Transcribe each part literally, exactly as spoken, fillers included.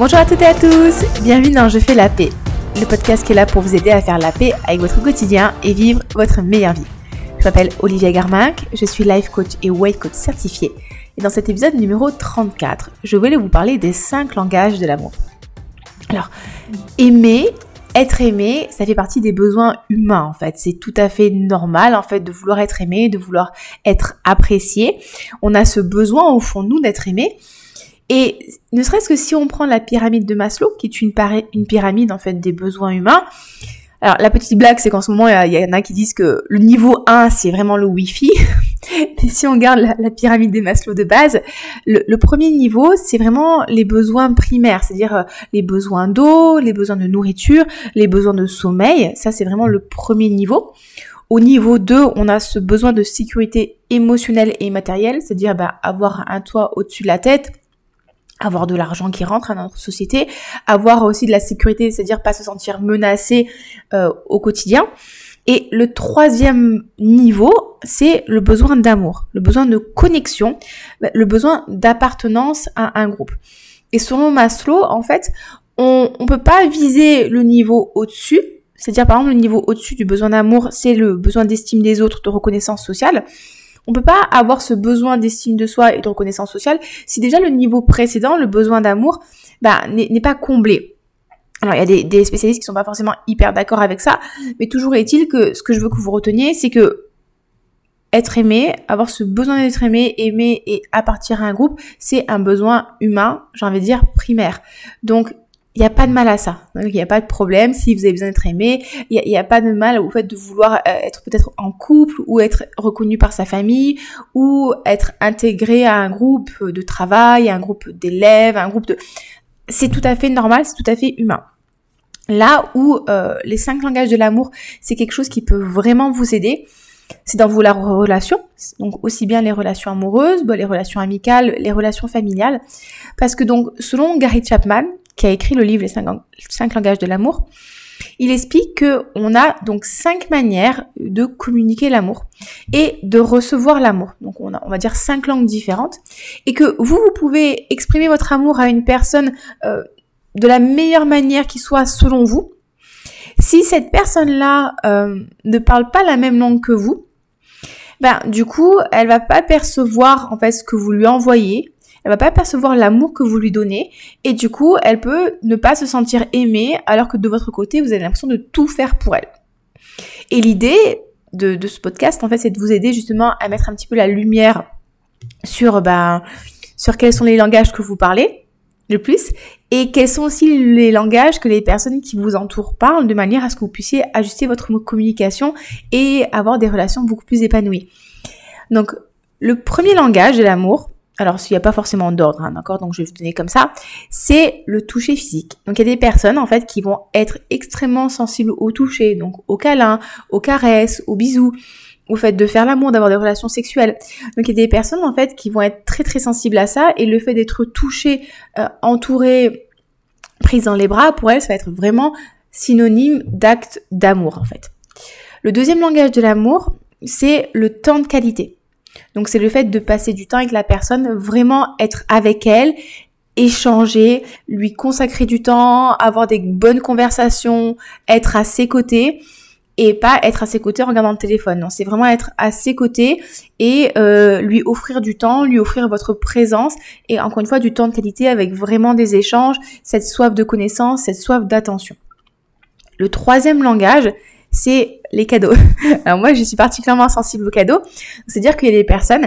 Bonjour à toutes et à tous, bienvenue dans Je fais la paix, le podcast qui est là pour vous aider à faire la paix avec votre quotidien et vivre votre meilleure vie. Je m'appelle Olivia Garminck, je suis life coach et weight coach certifiée. Et dans cet épisode numéro trente-quatre, je voulais vous parler des cinq langages de l'amour. Alors, aimer, être aimé, ça fait partie des besoins humains en fait. C'est tout à fait normal en fait de vouloir être aimé, de vouloir être apprécié. On a ce besoin au fond de nous d'être aimé. Et ne serait-ce que si on prend la pyramide de Maslow, qui est une, pari- une pyramide en fait des besoins humains. Alors la petite blague, c'est qu'en ce moment, il y, y en a qui disent que le niveau un, c'est vraiment le Wi-Fi. Mais si on regarde la, la pyramide des Maslow de base, le, le premier niveau, c'est vraiment les besoins primaires, c'est-à-dire euh, les besoins d'eau, les besoins de nourriture, les besoins de sommeil. Ça, c'est vraiment le premier niveau. Au niveau deux, on a ce besoin de sécurité émotionnelle et matérielle, c'est-à-dire bah, avoir un toit au-dessus de la tête, avoir de l'argent qui rentre dans notre société, avoir aussi de la sécurité, c'est-à-dire pas se sentir menacé euh, au quotidien. Et le troisième niveau, c'est le besoin d'amour, le besoin de connexion, le besoin d'appartenance à un groupe. Et selon Maslow, en fait, on ne peut pas viser le niveau au-dessus, c'est-à-dire par exemple le niveau au-dessus du besoin d'amour, c'est le besoin d'estime des autres, de reconnaissance sociale. On peut pas avoir ce besoin d'estime de soi et de reconnaissance sociale si déjà le niveau précédent, le besoin d'amour, bah, n'est, n'est pas comblé. Alors, il y a des, des spécialistes qui sont pas forcément hyper d'accord avec ça, mais toujours est-il que ce que je veux que vous reteniez, c'est que être aimé, avoir ce besoin d'être aimé, aimer et appartenir à un groupe, c'est un besoin humain, j'ai envie de dire primaire. Donc, il n'y a pas de mal à ça. Donc, il n'y a pas de problème si vous avez besoin d'être aimé. Il n'y a, a pas de mal au fait de vouloir euh, être peut-être en couple ou être reconnu par sa famille ou être intégré à un groupe de travail, à un groupe d'élèves, à un groupe de... C'est tout à fait normal, c'est tout à fait humain. Là où euh, les cinq langages de l'amour, c'est quelque chose qui peut vraiment vous aider, c'est dans vos relations, donc aussi bien les relations amoureuses, les relations amicales, les relations familiales. Parce que donc, selon Gary Chapman, qui a écrit le livre Les cinq, cinq langages de l'amour, il explique que on a donc cinq manières de communiquer l'amour et de recevoir l'amour. Donc on, a, on va dire cinq langues différentes et que vous, vous pouvez exprimer votre amour à une personne euh, de la meilleure manière qui soit selon vous. Si cette personne-là euh, ne parle pas la même langue que vous, ben du coup, elle va pas percevoir en fait ce que vous lui envoyez. Elle va pas percevoir l'amour que vous lui donnez et du coup, elle peut ne pas se sentir aimée alors que de votre côté, vous avez l'impression de tout faire pour elle. Et l'idée de, de ce podcast, en fait, c'est de vous aider justement à mettre un petit peu la lumière sur, ben, sur quels sont les langages que vous parlez le plus et quels sont aussi les langages que les personnes qui vous entourent parlent de manière à ce que vous puissiez ajuster votre communication et avoir des relations beaucoup plus épanouies. Donc, le premier langage de l'amour, alors s'il n'y a pas forcément d'ordre, hein, d'accord, donc je vais vous donner comme ça, c'est le toucher physique. Donc il y a des personnes en fait qui vont être extrêmement sensibles au toucher, donc au câlin, aux caresses, aux bisous, au fait de faire l'amour, d'avoir des relations sexuelles. Donc il y a des personnes en fait qui vont être très très sensibles à ça et le fait d'être touché, euh, entouré, prise dans les bras, pour elles ça va être vraiment synonyme d'acte d'amour en fait. Le deuxième langage de l'amour, c'est le temps de qualité. Donc c'est le fait de passer du temps avec la personne, vraiment être avec elle, échanger, lui consacrer du temps, avoir des bonnes conversations, être à ses côtés et pas être à ses côtés en regardant le téléphone. Non, c'est vraiment être à ses côtés et euh, lui offrir du temps, lui offrir votre présence et encore une fois du temps de qualité avec vraiment des échanges, cette soif de connaissance, cette soif d'attention. Le troisième langage, c'est les cadeaux. Alors moi, je suis particulièrement sensible aux cadeaux. C'est-à-dire qu'il y a des personnes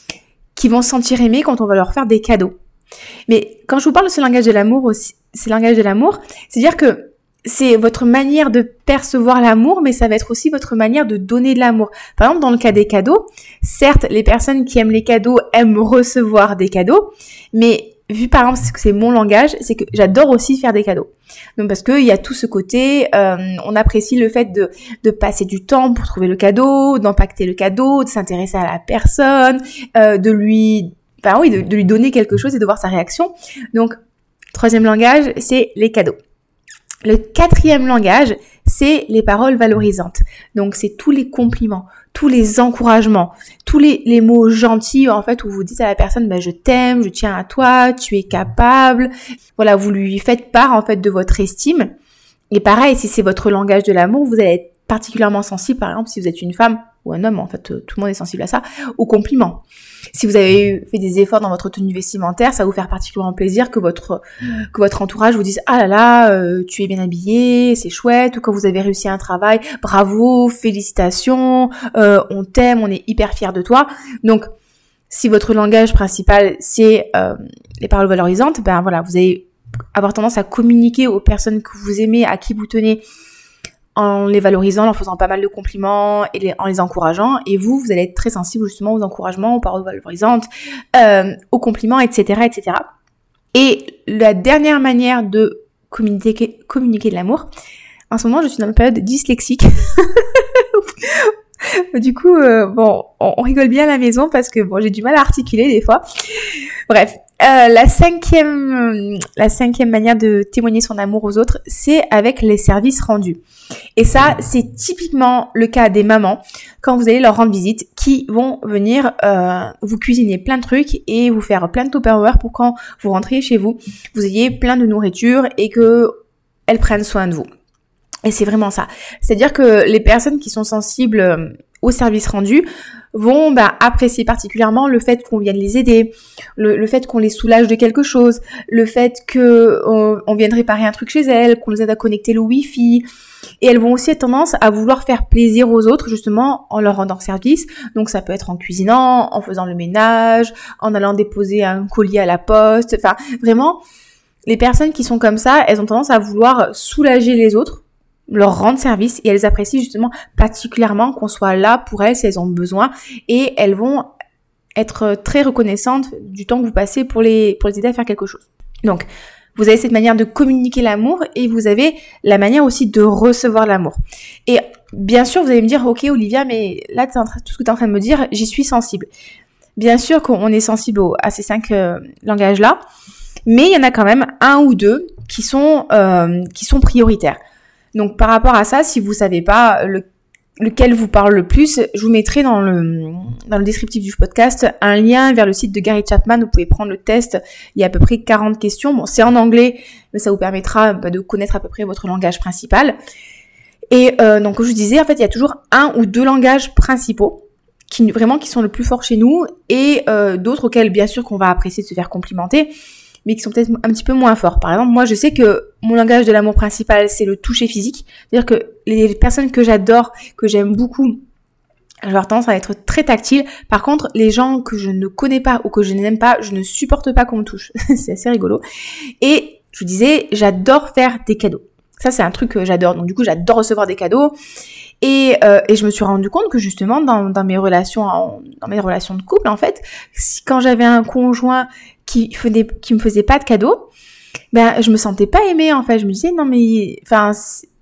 qui vont se sentir aimées quand on va leur faire des cadeaux. Mais quand je vous parle de ce langage de l'amour aussi, ce langage de l'amour, c'est-à-dire que c'est votre manière de percevoir l'amour, mais ça va être aussi votre manière de donner de l'amour. Par exemple, dans le cas des cadeaux, certes, les personnes qui aiment les cadeaux aiment recevoir des cadeaux, mais vu par exemple que c'est mon langage, c'est que j'adore aussi faire des cadeaux. Donc parce que il y a tout ce côté, euh, on apprécie le fait de de passer du temps pour trouver le cadeau, d'empacter le cadeau, de s'intéresser à la personne, euh, de lui, enfin oui, de, de lui donner quelque chose et de voir sa réaction. Donc troisième langage, c'est les cadeaux. Le quatrième langage, c'est les paroles valorisantes. Donc, c'est tous les compliments, tous les encouragements, tous les, les mots gentils, en fait, où vous dites à la personne, bah, je t'aime, je tiens à toi, tu es capable. Voilà, vous lui faites part, en fait, de votre estime. Et pareil, si c'est votre langage de l'amour, vous allez être particulièrement sensible, par exemple, si vous êtes une femme ou un homme, en fait, tout le monde est sensible à ça, aux compliments. Si vous avez fait des efforts dans votre tenue vestimentaire, ça va vous faire particulièrement plaisir que votre que votre entourage vous dise « Ah là là, euh, tu es bien habillée, c'est chouette », ou quand vous avez réussi un travail, « Bravo, félicitations, euh, on t'aime, on est hyper fiers de toi ». Donc, si votre langage principal, c'est euh, les paroles valorisantes, ben voilà, vous allez avoir tendance à communiquer aux personnes que vous aimez, à qui vous tenez, en les valorisant, en leur faisant pas mal de compliments et les, en les encourageant. Et vous, vous allez être très sensible justement aux encouragements, aux paroles valorisantes, euh, aux compliments, et cetera, et cetera. Et la dernière manière de communiquer, communiquer de l'amour, en ce moment, je suis dans une période dyslexique. Du coup, euh, bon, on, on rigole bien à la maison parce que bon, j'ai du mal à articuler des fois. Bref, euh, la cinquième, la cinquième manière de témoigner son amour aux autres, c'est avec les services rendus. Et ça, c'est typiquement le cas des mamans quand vous allez leur rendre visite, qui vont venir euh, vous cuisiner plein de trucs et vous faire plein de Tupperware pour quand vous rentrez chez vous, vous ayez plein de nourriture et que elles prennent soin de vous. Et c'est vraiment ça. C'est-à-dire que les personnes qui sont sensibles au service rendu vont bah, apprécier particulièrement le fait qu'on vienne les aider, le, le fait qu'on les soulage de quelque chose, le fait qu'on on vienne réparer un truc chez elles, qu'on les aide à connecter le Wi-Fi. Et elles vont aussi être tendance à vouloir faire plaisir aux autres justement en leur rendant service. Donc ça peut être en cuisinant, en faisant le ménage, en allant déposer un colis à la poste. Enfin vraiment, les personnes qui sont comme ça, elles ont tendance à vouloir soulager les autres, leur rendre service, et elles apprécient justement particulièrement qu'on soit là pour elles si elles ont besoin, et elles vont être très reconnaissantes du temps que vous passez pour les, pour les aider à faire quelque chose. Donc, vous avez cette manière de communiquer l'amour et vous avez la manière aussi de recevoir l'amour. Et bien sûr, vous allez me dire, ok Olivia, mais là, t'es en train, tout ce que tu es en train de me dire, j'y suis sensible. Bien sûr qu'on est sensible au, à ces cinq euh, langages-là, mais il y en a quand même un ou deux qui sont, euh, qui sont prioritaires. Donc par rapport à ça, si vous savez pas le, lequel vous parle le plus, je vous mettrai dans le, dans le descriptif du podcast un lien vers le site de Gary Chapman. Vous pouvez prendre le test. Il y a à peu près quarante questions. Bon, c'est en anglais, mais ça vous permettra bah, de connaître à peu près votre langage principal. Et euh, donc, comme je vous disais, en fait, il y a toujours un ou deux langages principaux qui vraiment qui sont le plus forts chez nous, et euh, d'autres auxquels, bien sûr, qu'on va apprécier de se faire complimenter, mais qui sont peut-être un petit peu moins forts. Par exemple, moi, je sais que mon langage de l'amour principal, c'est le toucher physique. C'est-à-dire que les personnes que j'adore, que j'aime beaucoup, j'ai tendance à être très tactile. Par contre, les gens que je ne connais pas ou que je n'aime pas, je ne supporte pas qu'on me touche. C'est assez rigolo. Et je vous disais, j'adore faire des cadeaux. Ça, c'est un truc que j'adore. Donc, du coup, j'adore recevoir des cadeaux. Et, euh, et je me suis rendu compte que justement, dans, dans mes relations, en, dans mes relations de couple, en fait, si, quand j'avais un conjoint qui faisait, qui me faisait pas de cadeaux, ben, je me sentais pas aimée, en fait. Je me disais, non, mais, enfin,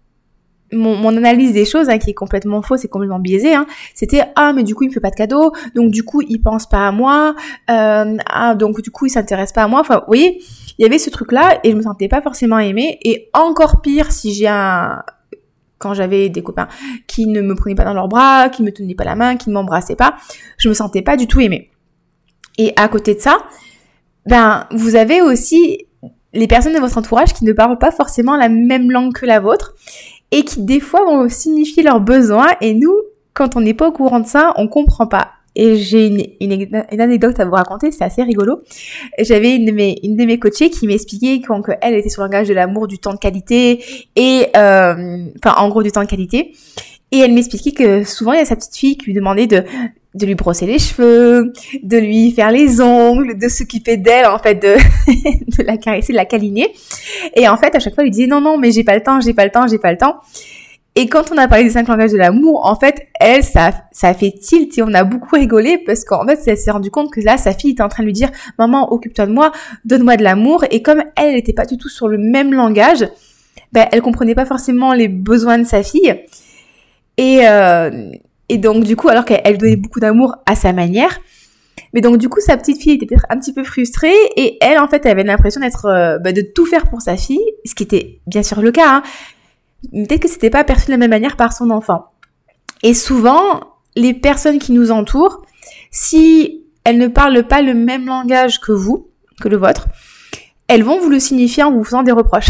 mon, mon analyse des choses, hein, qui est complètement fausse et complètement biaisée, hein, c'était, ah, mais du coup, il me fait pas de cadeaux, donc du coup, il pense pas à moi, euh, ah, donc du coup, il s'intéresse pas à moi. Enfin, vous voyez, il y avait ce truc-là et je me sentais pas forcément aimée. Et encore pire, si j'ai un, quand j'avais des copains qui ne me prenaient pas dans leurs bras, qui me tenaient pas la main, qui ne m'embrassaient pas, je me sentais pas du tout aimée. Et à côté de ça, ben, vous avez aussi les personnes de votre entourage qui ne parlent pas forcément la même langue que la vôtre et qui, des fois, vont signifier leurs besoins, et nous, quand on n'est pas au courant de ça, on comprend pas. Et j'ai une, une, une anecdote à vous raconter, c'est assez rigolo. J'avais une de mes, une de mes coachées qui m'expliquait qu'elle était sur le langage de l'amour, du temps de qualité, et, euh, enfin, en gros, du temps de qualité. Et elle m'expliquait que souvent, il y a sa petite fille qui lui demandait de, de lui brosser les cheveux, de lui faire les ongles, de s'occuper d'elle, en fait, de, de la caresser, de la câliner. Et en fait, à chaque fois, elle lui disait non, non, mais j'ai pas le temps, j'ai pas le temps, j'ai pas le temps. Et quand on a parlé des cinq langages de l'amour, en fait, elle, ça, ça a fait tilt et on a beaucoup rigolé parce qu'en fait, elle s'est rendue compte que là, sa fille était en train de lui dire « Maman, occupe-toi de moi, donne-moi de l'amour ». Et comme elle, elle n'était pas du tout sur le même langage, ben, elle comprenait pas forcément les besoins de sa fille. Et, euh, et donc, du coup, alors qu'elle donnait beaucoup d'amour à sa manière, Mais donc du coup, sa petite fille était peut-être un petit peu frustrée et elle, en fait, elle avait l'impression d'être, euh, bah, de tout faire pour sa fille, ce qui était bien sûr le cas, hein. Peut-être que c'était pas perçu de la même manière par son enfant. Et souvent, les personnes qui nous entourent, si elles ne parlent pas le même langage que vous, que le vôtre, elles vont vous le signifier en vous faisant des reproches.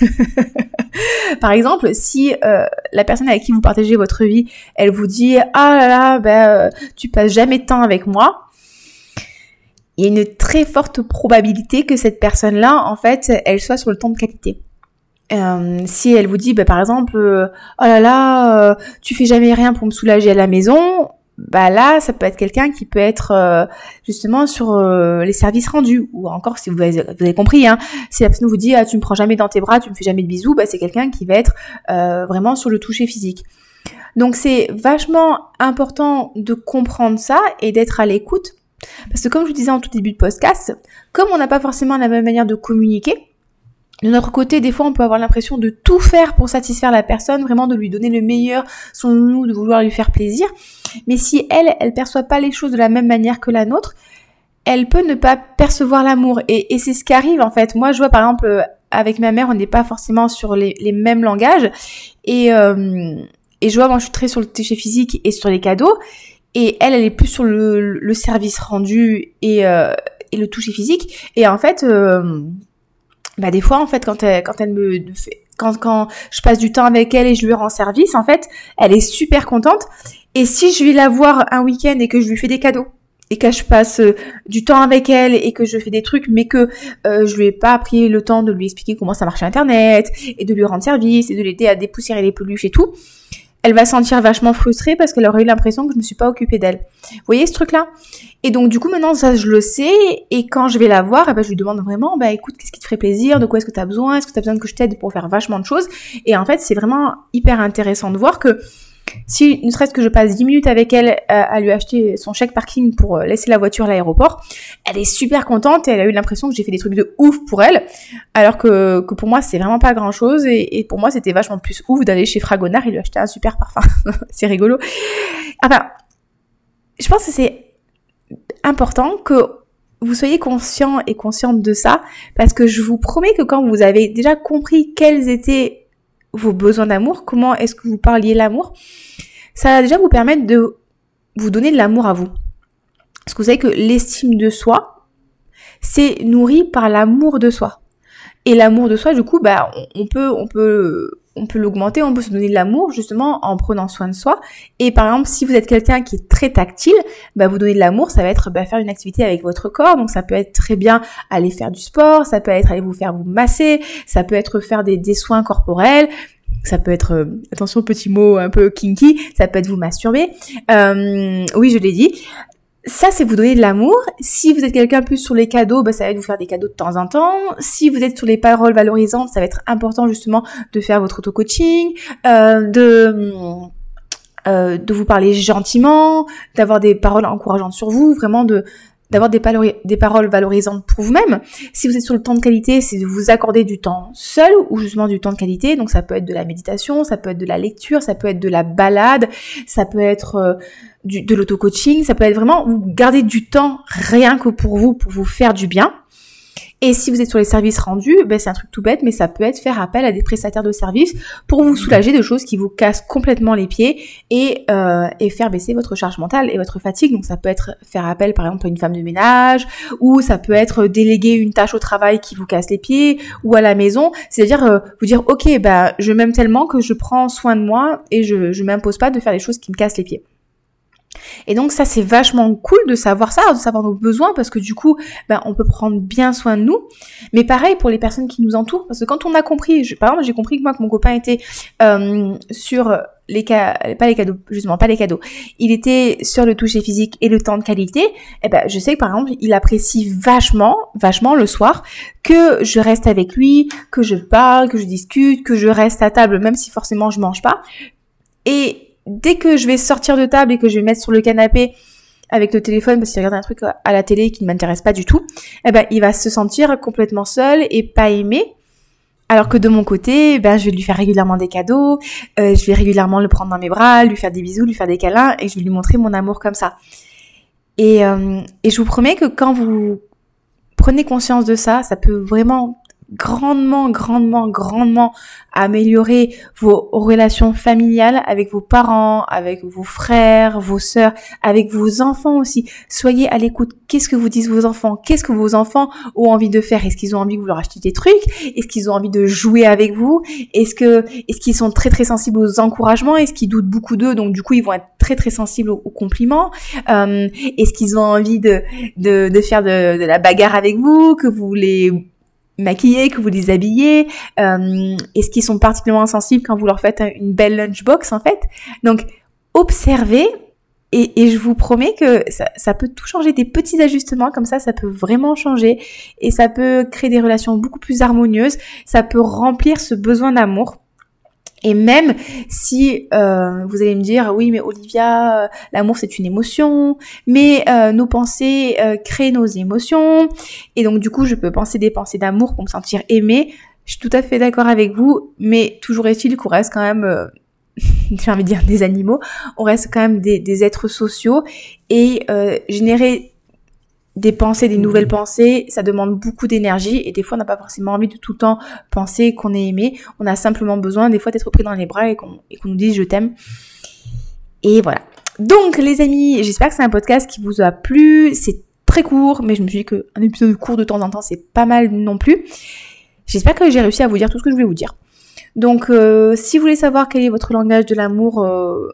Par exemple, si euh, la personne avec qui vous partagez votre vie, elle vous dit « Ah là là, ben, euh, tu passes jamais de temps avec moi », il y a une très forte probabilité que cette personne-là, en fait, elle soit sur le temps de qualité. Euh, si elle vous dit, bah, par exemple, euh, oh là là, euh, tu fais jamais rien pour me soulager à la maison, bah là, ça peut être quelqu'un qui peut être euh, justement sur euh, les services rendus, ou encore si vous avez, vous avez compris, hein, si la personne vous dit, ah, tu me prends jamais dans tes bras, tu me fais jamais de bisous, bah c'est quelqu'un qui va être euh, vraiment sur le toucher physique. Donc c'est vachement important de comprendre ça et d'être à l'écoute, parce que comme je vous disais en tout début de podcast, comme on n'a pas forcément la même manière de communiquer, de notre côté, des fois, on peut avoir l'impression de tout faire pour satisfaire la personne, vraiment de lui donner le meilleur, son nous, de vouloir lui faire plaisir. Mais si elle, elle perçoit pas les choses de la même manière que la nôtre, elle peut ne pas percevoir l'amour. Et, et c'est ce qui arrive, en fait. Moi, je vois, par exemple, avec ma mère, on n'est pas forcément sur les, les mêmes langages. Et, euh, et je vois, moi, je suis très sur le toucher physique et sur les cadeaux. Et elle, elle est plus sur le, le service rendu et, euh, et le toucher physique. Et en fait... Euh, bah des fois en fait quand elle quand elle me fait quand quand je passe du temps avec elle et je lui rends service, en fait elle est super contente. Et si je vais la voir un week-end et que je lui fais des cadeaux et que je passe euh, du temps avec elle et que je fais des trucs mais que euh, je lui ai pas pris le temps de lui expliquer comment ça marche internet et de lui rendre service et de l'aider à dépoussiérer les peluches et tout, elle va se sentir vachement frustrée parce qu'elle aurait eu l'impression que je me suis pas occupée d'elle. Vous voyez ce truc-là ? Et donc du coup maintenant ça je le sais, et quand je vais la voir, eh ben, je lui demande vraiment, bah écoute, qu'est-ce qui te ferait plaisir, de quoi est-ce que tu as besoin, est-ce que tu as besoin que je t'aide pour faire vachement de choses. Et en fait c'est vraiment hyper intéressant de voir que si ne serait-ce que je passe dix minutes avec elle à, à lui acheter son chèque parking pour laisser la voiture à l'aéroport, elle est super contente et elle a eu l'impression que j'ai fait des trucs de ouf pour elle, alors que, que pour moi c'est vraiment pas grand chose, et, et pour moi c'était vachement plus ouf d'aller chez Fragonard et lui acheter un super parfum. C'est rigolo. Enfin, je pense que c'est important que vous soyez conscient et consciente de ça, parce que je vous promets que quand vous avez déjà compris quels étaient vos besoins d'amour, comment est-ce que vous parliez l'amour, ça va déjà vous permettre de vous donner de l'amour à vous. Parce que vous savez que l'estime de soi, c'est nourri par l'amour de soi. Et l'amour de soi, du coup, bah, on peut, on peut, on peut l'augmenter, on peut se donner de l'amour justement en prenant soin de soi. Et par exemple, si vous êtes quelqu'un qui est très tactile, bah, vous donner de l'amour, ça va être bah, faire une activité avec votre corps. Donc ça peut être très bien aller faire du sport, ça peut être aller vous faire vous masser, ça peut être faire des, des soins corporels. Ça peut être, euh, attention, petit mot un peu kinky, ça peut être vous masturber. Euh, oui, je l'ai dit. Ça, c'est vous donner de l'amour. Si vous êtes quelqu'un plus sur les cadeaux, bah, ça va être vous faire des cadeaux de temps en temps. Si vous êtes sur les paroles valorisantes, ça va être important justement de faire votre auto-coaching, euh, de, euh, de vous parler gentiment, d'avoir des paroles encourageantes sur vous, vraiment de, d'avoir des, palori- des paroles valorisantes pour vous-même. Si vous êtes sur le temps de qualité, c'est de vous accorder du temps seul ou justement du temps de qualité. Donc ça peut être de la méditation, ça peut être de la lecture, ça peut être de la balade, ça peut être euh, du, de l'auto-coaching, ça peut être vraiment vous garder du temps rien que pour vous, pour vous faire du bien. Et si vous êtes sur les services rendus, ben c'est un truc tout bête, mais ça peut être faire appel à des prestataires de services pour vous soulager de choses qui vous cassent complètement les pieds et, euh, et faire baisser votre charge mentale et votre fatigue. Donc ça peut être faire appel par exemple à une femme de ménage, ou ça peut être déléguer une tâche au travail qui vous casse les pieds, ou à la maison. C'est-à-dire euh, vous dire ok, bah je m'aime tellement que je prends soin de moi et je je m'impose pas de faire des choses qui me cassent les pieds. Et donc ça c'est vachement cool de savoir ça, de savoir nos besoins, parce que du coup ben, on peut prendre bien soin de nous. Mais pareil pour les personnes qui nous entourent, parce que quand on a compris, je, par exemple j'ai compris que moi que mon copain était euh, sur les ca- pas les cadeaux, justement pas les cadeaux, il était sur le toucher physique et le temps de qualité, et ben je sais que par exemple il apprécie vachement, vachement le soir que je reste avec lui, que je parle, que je discute, que je reste à table même si forcément je mange pas. Et dès que je vais sortir de table et que je vais me mettre sur le canapé avec le téléphone parce qu'il regarde un truc à la télé qui ne m'intéresse pas du tout, eh ben, il va se sentir complètement seul et pas aimé. Alors que de mon côté, ben, je vais lui faire régulièrement des cadeaux, euh, je vais régulièrement le prendre dans mes bras, lui faire des bisous, lui faire des câlins, et je vais lui montrer mon amour comme ça. Et, euh, et je vous promets que quand vous prenez conscience de ça, ça peut vraiment grandement, grandement, grandement améliorer vos relations familiales avec vos parents, avec vos frères, vos sœurs, avec vos enfants aussi. Soyez à l'écoute. Qu'est-ce que vous disent vos enfants? Qu'est-ce que vos enfants ont envie de faire? Est-ce qu'ils ont envie que vous leur achetiez des trucs? Est-ce qu'ils ont envie de jouer avec vous? Est-ce que, est-ce qu'ils sont très très sensibles aux encouragements? Est-ce qu'ils doutent beaucoup d'eux? Donc du coup, ils vont être très très sensibles aux, aux compliments. Euh, est-ce qu'ils ont envie de, de, de faire de, de la bagarre avec vous? Que vous les maquiller, que vous les habillez, euh, est-ce qu'ils sont particulièrement sensibles quand vous leur faites une belle lunchbox en fait? Donc observez et, et je vous promets que ça, ça peut tout changer, des petits ajustements comme ça, ça peut vraiment changer et ça peut créer des relations beaucoup plus harmonieuses, ça peut remplir ce besoin d'amour. Et même si euh, vous allez me dire, oui mais Olivia, euh, l'amour c'est une émotion, mais euh, nos pensées euh, créent nos émotions, et donc du coup je peux penser des pensées d'amour pour me sentir aimée. Je suis tout à fait d'accord avec vous, mais toujours est-il qu'on reste quand même, euh, j'ai envie de dire des animaux, on reste quand même des, des êtres sociaux, et euh, générer des pensées, des nouvelles pensées, ça demande beaucoup d'énergie et des fois on n'a pas forcément envie de tout le temps penser qu'on est aimé, on a simplement besoin des fois d'être pris dans les bras et qu'on, et qu'on nous dise je t'aime. Et voilà. Donc les amis, j'espère que c'est un podcast qui vous a plu, c'est très court mais je me suis dit qu'un épisode court de temps en temps c'est pas mal non plus. J'espère que j'ai réussi à vous dire tout ce que je voulais vous dire. Donc euh, si vous voulez savoir quel est votre langage de l'amour euh,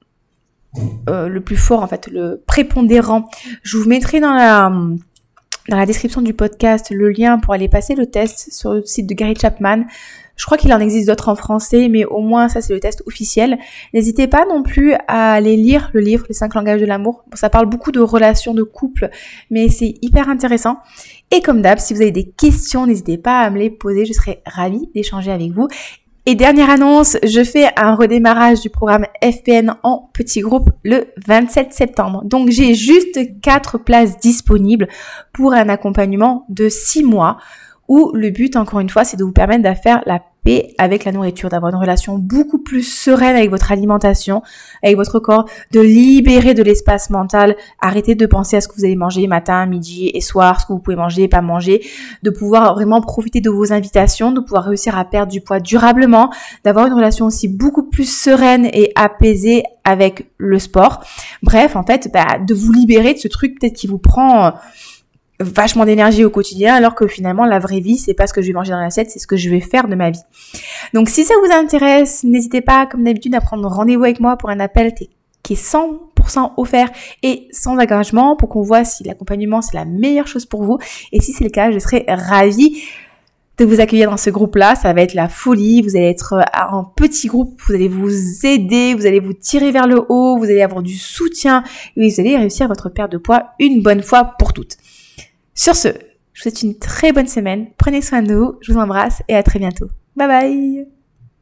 Euh, le plus fort en fait, le prépondérant, je vous mettrai dans la dans la description du podcast le lien pour aller passer le test sur le site de Gary Chapman. Je crois qu'il en existe d'autres en français, mais au moins ça c'est le test officiel. N'hésitez pas non plus à aller lire le livre Les cinq langages de l'amour. Ça parle beaucoup de relations de couple, mais c'est hyper intéressant. Et comme d'hab, si vous avez des questions, n'hésitez pas à me les poser, je serai ravie d'échanger avec vous. Et dernière annonce, je fais un redémarrage du programme F P N en petit groupe le vingt-sept septembre. Donc j'ai juste quatre places disponibles pour un accompagnement de six mois où le but, encore une fois, c'est de vous permettre de faire la paix avec la nourriture, d'avoir une relation beaucoup plus sereine avec votre alimentation, avec votre corps, de libérer de l'espace mental, arrêter de penser à ce que vous allez manger matin, midi et soir, ce que vous pouvez manger, pas manger, de pouvoir vraiment profiter de vos invitations, de pouvoir réussir à perdre du poids durablement, d'avoir une relation aussi beaucoup plus sereine et apaisée avec le sport. Bref, en fait, bah, de vous libérer de ce truc peut-être qui vous prend... Euh, vachement d'énergie au quotidien, alors que finalement la vraie vie c'est pas ce que je vais manger dans l'assiette, c'est ce que je vais faire de ma vie. Donc si ça vous intéresse, n'hésitez pas comme d'habitude à prendre rendez-vous avec moi pour un appel qui est cent pour cent offert et sans engagement pour qu'on voit si l'accompagnement c'est la meilleure chose pour vous, et si c'est le cas je serai ravie de vous accueillir dans ce groupe-là. Ça va être la folie, vous allez être en petit groupe, vous allez vous aider, vous allez vous tirer vers le haut, vous allez avoir du soutien et vous allez réussir votre perte de poids une bonne fois pour toutes. Sur ce, je vous souhaite une très bonne semaine, prenez soin de vous, je vous embrasse et à très bientôt. Bye bye!